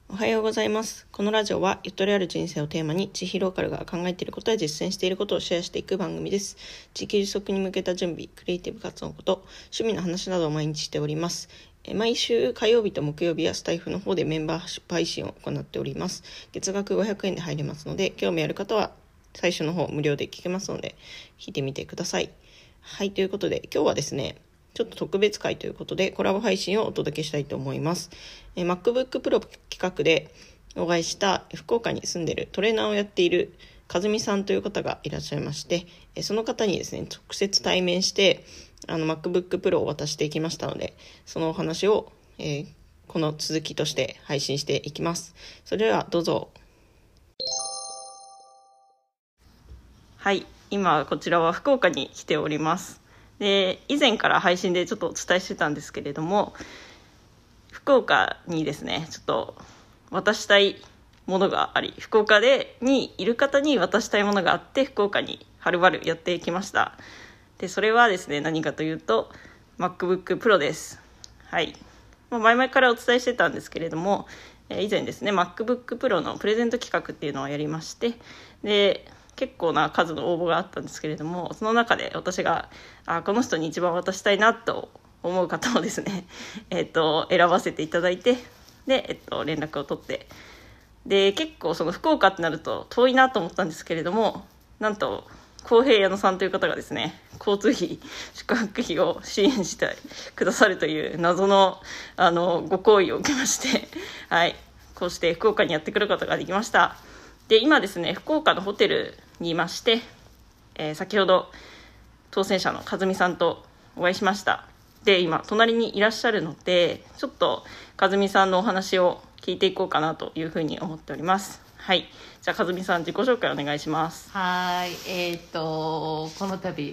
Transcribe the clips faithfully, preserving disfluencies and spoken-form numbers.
おはようございます。このラジオはゆとりある人生をテーマに地域ローカルが考えていることや実践していることをシェアしていく番組です。地域持続に向けた準備、クリエイティブ活動のこと、趣味の話などを毎日しております。毎週火曜日と木曜日はスタイフの方でメンバーシップ配信を行っております。月額ごひゃくえんで入れますので、興味ある方は最初の方無料で聞けますので聞いてみてください。はい、ということで今日はですね、ちょっと特別会ということでコラボ配信をお届けしたいと思います。え MacBook Pro 企画でお会いした福岡に住んでいるトレーナーをやっている和美さんという方がいらっしゃいまして、その方にですね直接対面してあの MacBook Pro を渡していきましたので、そのお話を、えー、この続きとして配信していきます。それではどうぞ。はい、今こちらは福岡に来ております。で以前から配信でちょっとお伝えしてたんですけれども、福岡にですねちょっと渡したいものがあり、福岡でにいる方に渡したいものがあって福岡にはるばるやってきました。でそれはですね何かというと MacBook Pro です。はい、まあ、前々からお伝えしてたんですけれども、以前ですね MacBook Pro のプレゼント企画っていうのをやりまして、で結構な数の応募があったんですけれども、その中で私があこの人に一番渡したいなと思う方をですね、えっと、選ばせていただいて、で、えっと、連絡を取って、で結構その福岡ってなると遠いなと思ったんですけれども、なんと公平矢野さんという方がですね交通費宿泊費を支援してくださるという謎の、あのご好意を受けまして、はい、こうして福岡にやってくることができました。で今ですね福岡のホテルにいまして、えー、先ほど当選者の和美さんとお会いしました。で今隣にいらっしゃるので、ちょっと和美さんのお話を聞いていこうかなというふうに思っております。はい、じゃあ和美さん自己紹介お願いします。 はい、えー、っとこの度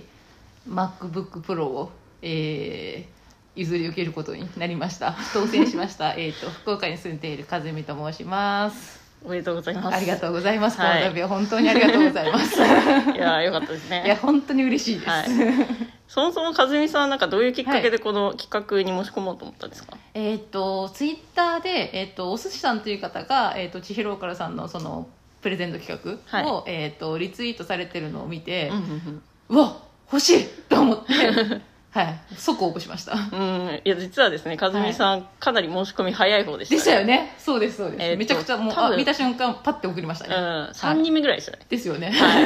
MacBook Pro を、えー、譲り受けることになりました。当選しましたえっと福岡に住んでいる和美と申します。 おめでとうございます。 ありがとうございます。 はい、 この度は本当にありがとうございます。 いやよかったですね。 いや本当に嬉しいです。はい、 そもそも和美さんはなんかどういうきっかけでこの企画に申し込もうと思ったんですか？はい、 えー、っとツイッターで、えー、っとお寿司さんという方が、えー、っと千尋ローカルさんのそのプレゼント企画を、はい、えー、っとリツイートされてるのを見て、うんうんうん、うわ欲しいと思ってはい、即応募しました。うん、 いや実はですね和美さん、はい、かなり申し込み早い方でしたね。 でしたよね。そうですそうです、えー、めちゃくちゃもうあ見た瞬間パッて送りましたね。 うん、さんにんめぐらいでしたね。 ですよね。はい、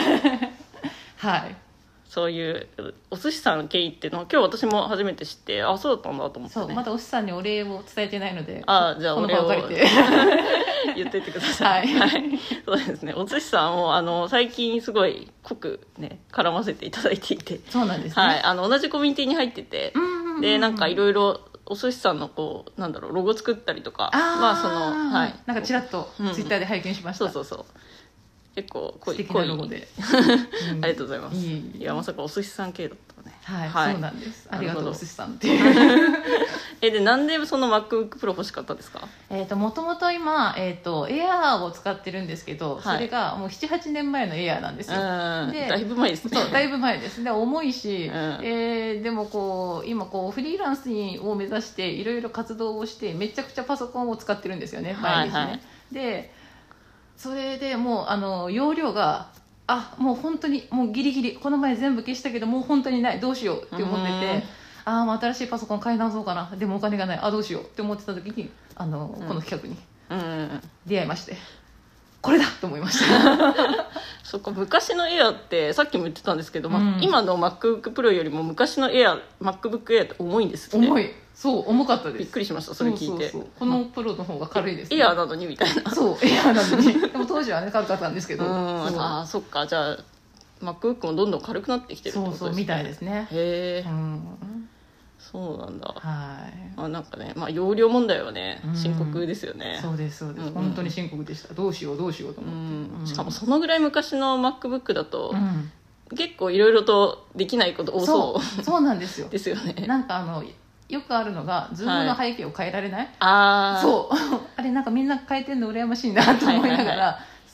はい、 そういうお寿司さんの経緯っていうのを今日私も初めて知って、あそうだったんだと思って、ね、 そうまだお寿司さんにお礼を伝えてないので、 あじゃあお礼をこの場を借りて言っていってください。はい、はい、そうですね。お寿司さんをあの最近すごい濃くね絡ませていただいていて、 そうなんですね。 はい、あの同じコミュニティに入ってて、うんうんうん、でなんかいろいろお寿司さんのこうなんだろうロゴ作ったりとか、 あまあそのはいなんかちらっとツイッターで拝見しました。 うん、そうそうそう。結構濃い素敵なロゴで、 うん、ありがとうございます。いいいやまさかお寿司さん系だったね。 はい、はい、そうなんです。ありがとうお寿司さんっていうえでなんでその MacBook Pro 欲しかったですか？ えーともともと今、えーと、Air を使ってるんですけど、はい、それがもうななはちねんまえの Air なんですよ。 でだいぶ前ですね。 そうだいぶ前ですで重いし、うん、えー、でもこう今こうフリーランスを目指していろいろ活動をしてめちゃくちゃパソコンを使ってるんですよね毎日ね、はいはい、でそれでもうあの容量があもう本当にもうギリギリこの前全部消したけどもう本当にないどうしようって思ってて、あもう新しいパソコン買い直そうかなでもお金がないあどうしようって思ってた時にあの、うん、この企画に出会いまして、これだと思いましたそっか昔の Air ってさっきも言ってたんですけど、うん、今の MacBook Pro よりも昔の Air MacBook Air って重いんですって。 重いそう重かったです。 びっくりしましたそれ聞いて。そうそうそうこのプロの方が軽いです、ね、 エアーなのにみたいな。 そうエアーなのにでも当時はね軽かったんですけど、 うんあそっかじゃあ MacBook もどんどん軽くなってきてるってことですね。 そうそうみたいですね。 へえ、うん、そうなんだ。はいあなんかね、まあ、容量問題はね深刻ですよね。 うん、そうですそうです、うんうん、本当に深刻でした。どうしようどうしようと思って、 うん、しかもそのぐらい昔の MacBook だと、うん結構いろいろとできないこと多そうそうそうなんですよですよね。 なんかあのよくあるのがズームの背景を変えられない、はい、 あそうあれなんかみんな変えてんの羨ましいなと思いながら、はいはいはい、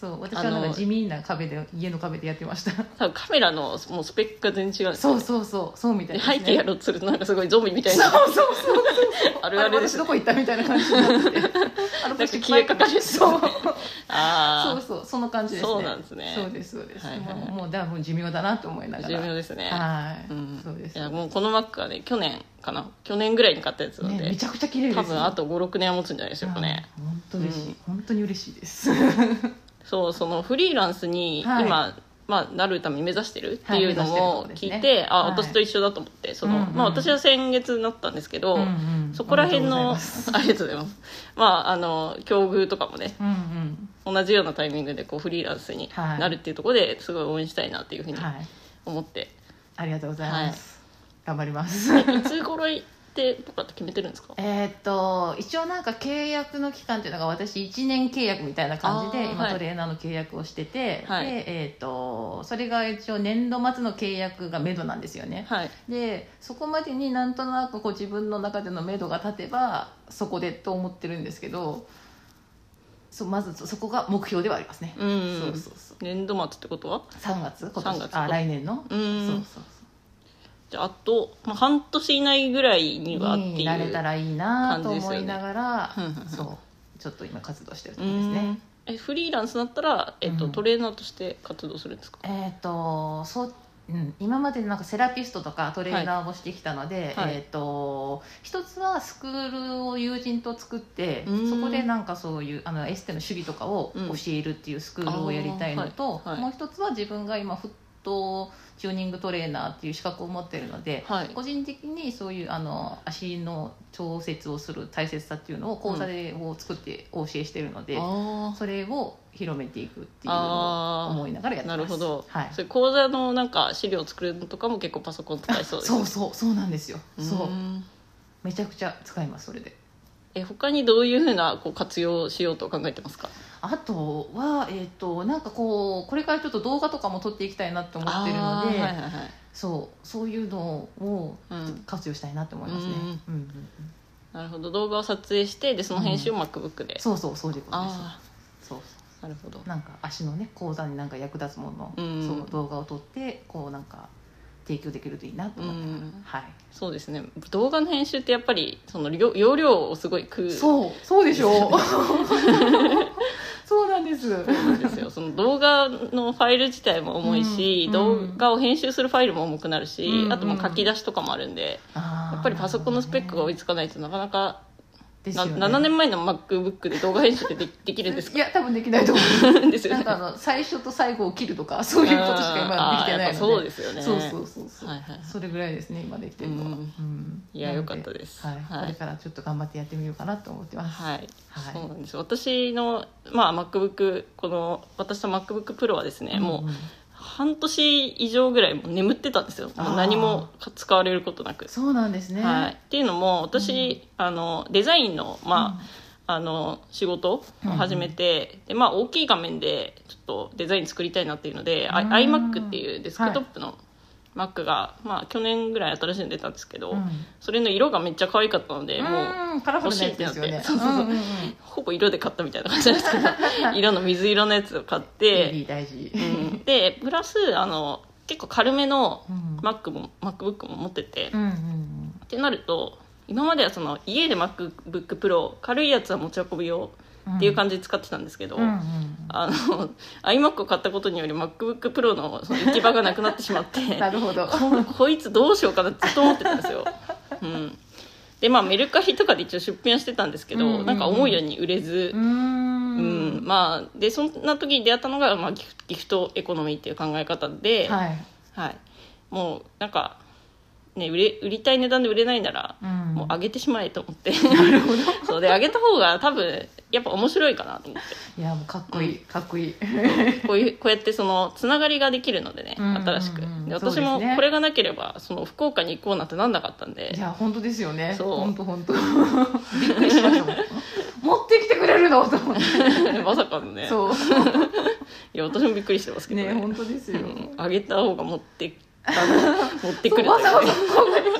そう私はなんか地味な壁で家の壁でやってました多分カメラのもうスペックが全然違うんですよ、 そうそうそうそうみたいですね。 背景やろうとするとなんかすごいゾンビみたいなそうそうそうそうあるあるです私どこ行ったみたいな感じになっててあのなんか消えかかるそうあそうそうその感じですね。 そうなんですね。 そうですそうです、 はいはいはい、 もうもうだからもう寿命だなと思いながら。 寿命ですね。 はい、 うん、 そうです。 いやもうこの Mac はね去年かな去年ぐらいに買ったやつなので、 ね、めちゃくちゃ綺麗です。 多分あとごろくねんは持つんじゃないでしょうかね。 本当嬉しい、うん、本当に嬉しいですそうそのフリーランスに今、はいまあ、なるために目指してるっていうのも聞いて、はいね、あ、はい、私と一緒だと思ってその、うんうんまあ、私は先月なったんですけど、うんうん、そこら辺のありがとうございますまああの境遇とかもね、うんうん、同じようなタイミングでこうフリーランスになるっていうところですごい応援したいなっていうふうに思って、はい、 ありがとうございます、はい、頑張りますいつ頃ってとかって決めてるんですか？ えー、っと一応なんか契約の期間っていうのが私いちねん契約みたいな感じで今トレーナーの契約をしてて、はい、でえー、っとそれが一応年度末の契約が目処なんですよね、はい、でそこまでになんとなくこう自分の中での目処が立てばそこでと思ってるんですけどそまずそこが目標ではありますね。うん、そうそうそう年度末ってことはさんがつ今年さんがつあ来年のうんそうそうそうじゃああと、まあ、半年以内ぐらいにはっていうなれたらいいなと思いながら、そうちょっと今活動してるところですね。 えフリーランスだったら、えっとうん、トレーナーとして活動するんですか？ えっ、ー、とそううん、今までなんかセラピストとかトレーナーをしてきたので、はい、えー、と一つはスクールを友人と作ってそこでなんかそういうあのエステの手技とかを教えるっていうスクールをやりたいのと、うんはいはい、もう一つは自分が今フットチューニングトレーナーっていう資格を持っているので、はい、個人的にそういうあの足の調節をする大切さっていうのを講座でを作ってお教えしているので、うん、それを広めていくっていうのを思いながらやってます。 なるほど、 はい、 それ講座のなんか資料を作るのとかも結構パソコン使いそうですね。 そうそうそうなんですよ。そうめちゃくちゃ使いますそれで。 え他にどういうふうなこう活用しようと考えてますか？ あとは、えー、となんかこうこれからちょっと動画とかも撮っていきたいなと思ってるので、はいはいはい、そうそういうのを活用したいなと思いますね。うんうんうん、 なるほど動画を撮影してでその編集を MacBook で、うん、 そうそうそういうことです。そうなるほどなんか足のね講座になんか役立つもの、うん、そう動画を撮ってこうなんか提供できるといいなと思って、うん、はい、そうですね。 動画の編集ってやっぱりその容量をすごい食う。 そうそうでしょうそうなんですそうなんですよ。その動画のファイル自体も重いし、うん、動画を編集するファイルも重くなるし、うん、あともう書き出しとかもあるんで、うん、やっぱりパソコンのスペックが追いつかないとなかなかですよね、ななねんまえの MacBook で動画編集ってで き, できるんですか？ いや多分できないと思うですよ、ね、なんかあの最初と最後を切るとかそういうことしか今できてないのでそうですよね。 そうそうそうそう、はいはい、それぐらいですね今できてるのは、うんうん、 いやよかったです、 はいはい、これからちょっと頑張ってやってみようかなと思ってます。 はい、はい、そうなんです。私の、まあ、MacBook この私の MacBook Pro はですね、うんうん、もう半年以上ぐらいも眠ってたんですよ。もう何も使われることなく。 そうなんですね、 はい、っていうのも私、うん、あのデザインの、まあうん、あの仕事を始めて、うんでまあ、大きい画面でちょっとデザイン作りたいなっていうので、うん、iMac っていうデスクトップの、はいMac が、まあ、去年ぐらい新しいの出たんですけど、うん、それの色がめっちゃ可愛かったので、うん、もう欲しいってなって、ね、そうそうそう、うんうんうん、ほぼ色で買ったみたいな感じなんですけど色の水色のやつを買っていい大事、 うん、でプラスあの結構軽めの Mac も、うん、MacBook も持ってて、うんうんうん、ってなると今まではその家で MacBook Pro 軽いやつは持ち運び用っていう感じで使ってたんですけど、うんうんうん、あの iMac を買ったことにより MacBook Pro のその行き場がなくなってしまってなるほどこ, こいつどうしようかなってずっと思ってたんですよ、うん、でまあメルカリとかで一応出品はしてたんですけど、うんうんうん、なんか思うように売れず、うん、うん、まあでそんな時に出会ったのが、まあ、ギフ、ギフトエコノミーっていう考え方で、はいはい、もうなんかね、売れ売りたい値段で売れないなら、うん、もう上げてしまえと思ってなるほどそうで上げた方が多分やっぱ面白いかなと思っていやもうかっこいい、うん、かっこいいこういうこうやってそのつながりができるのでね、うんうんうん、新しくで私もこれがなければその福岡に行こうなんてなんなかったんで。 いや本当ですよね。そう本当本当びっくりしましたもん持ってきてくれるのと思ってまさかのねそういや私もびっくりしてますけどね。 ね本当ですよ、うん、 上げた方が持ってあの持ってくるわざわざ福岡に来てくださ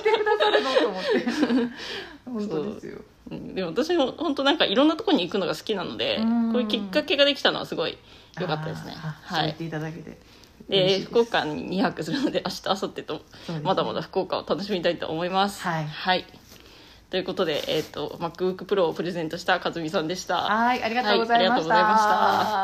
あるのと思って本当ですよ。 でも私も本当なんかいろんなところに行くのが好きなので、こういうきっかけができたのはすごい良かったですね。 はい、そう言っていただけてで福岡ににはくするので明日明後日とまだまだ福岡を楽しみたいと思います。 はい、 はい、ということで、えーと、MacBook Pro をプレゼントしたかずみさんでした。 はい、ありがとうございました。 はい、ありがとうございました。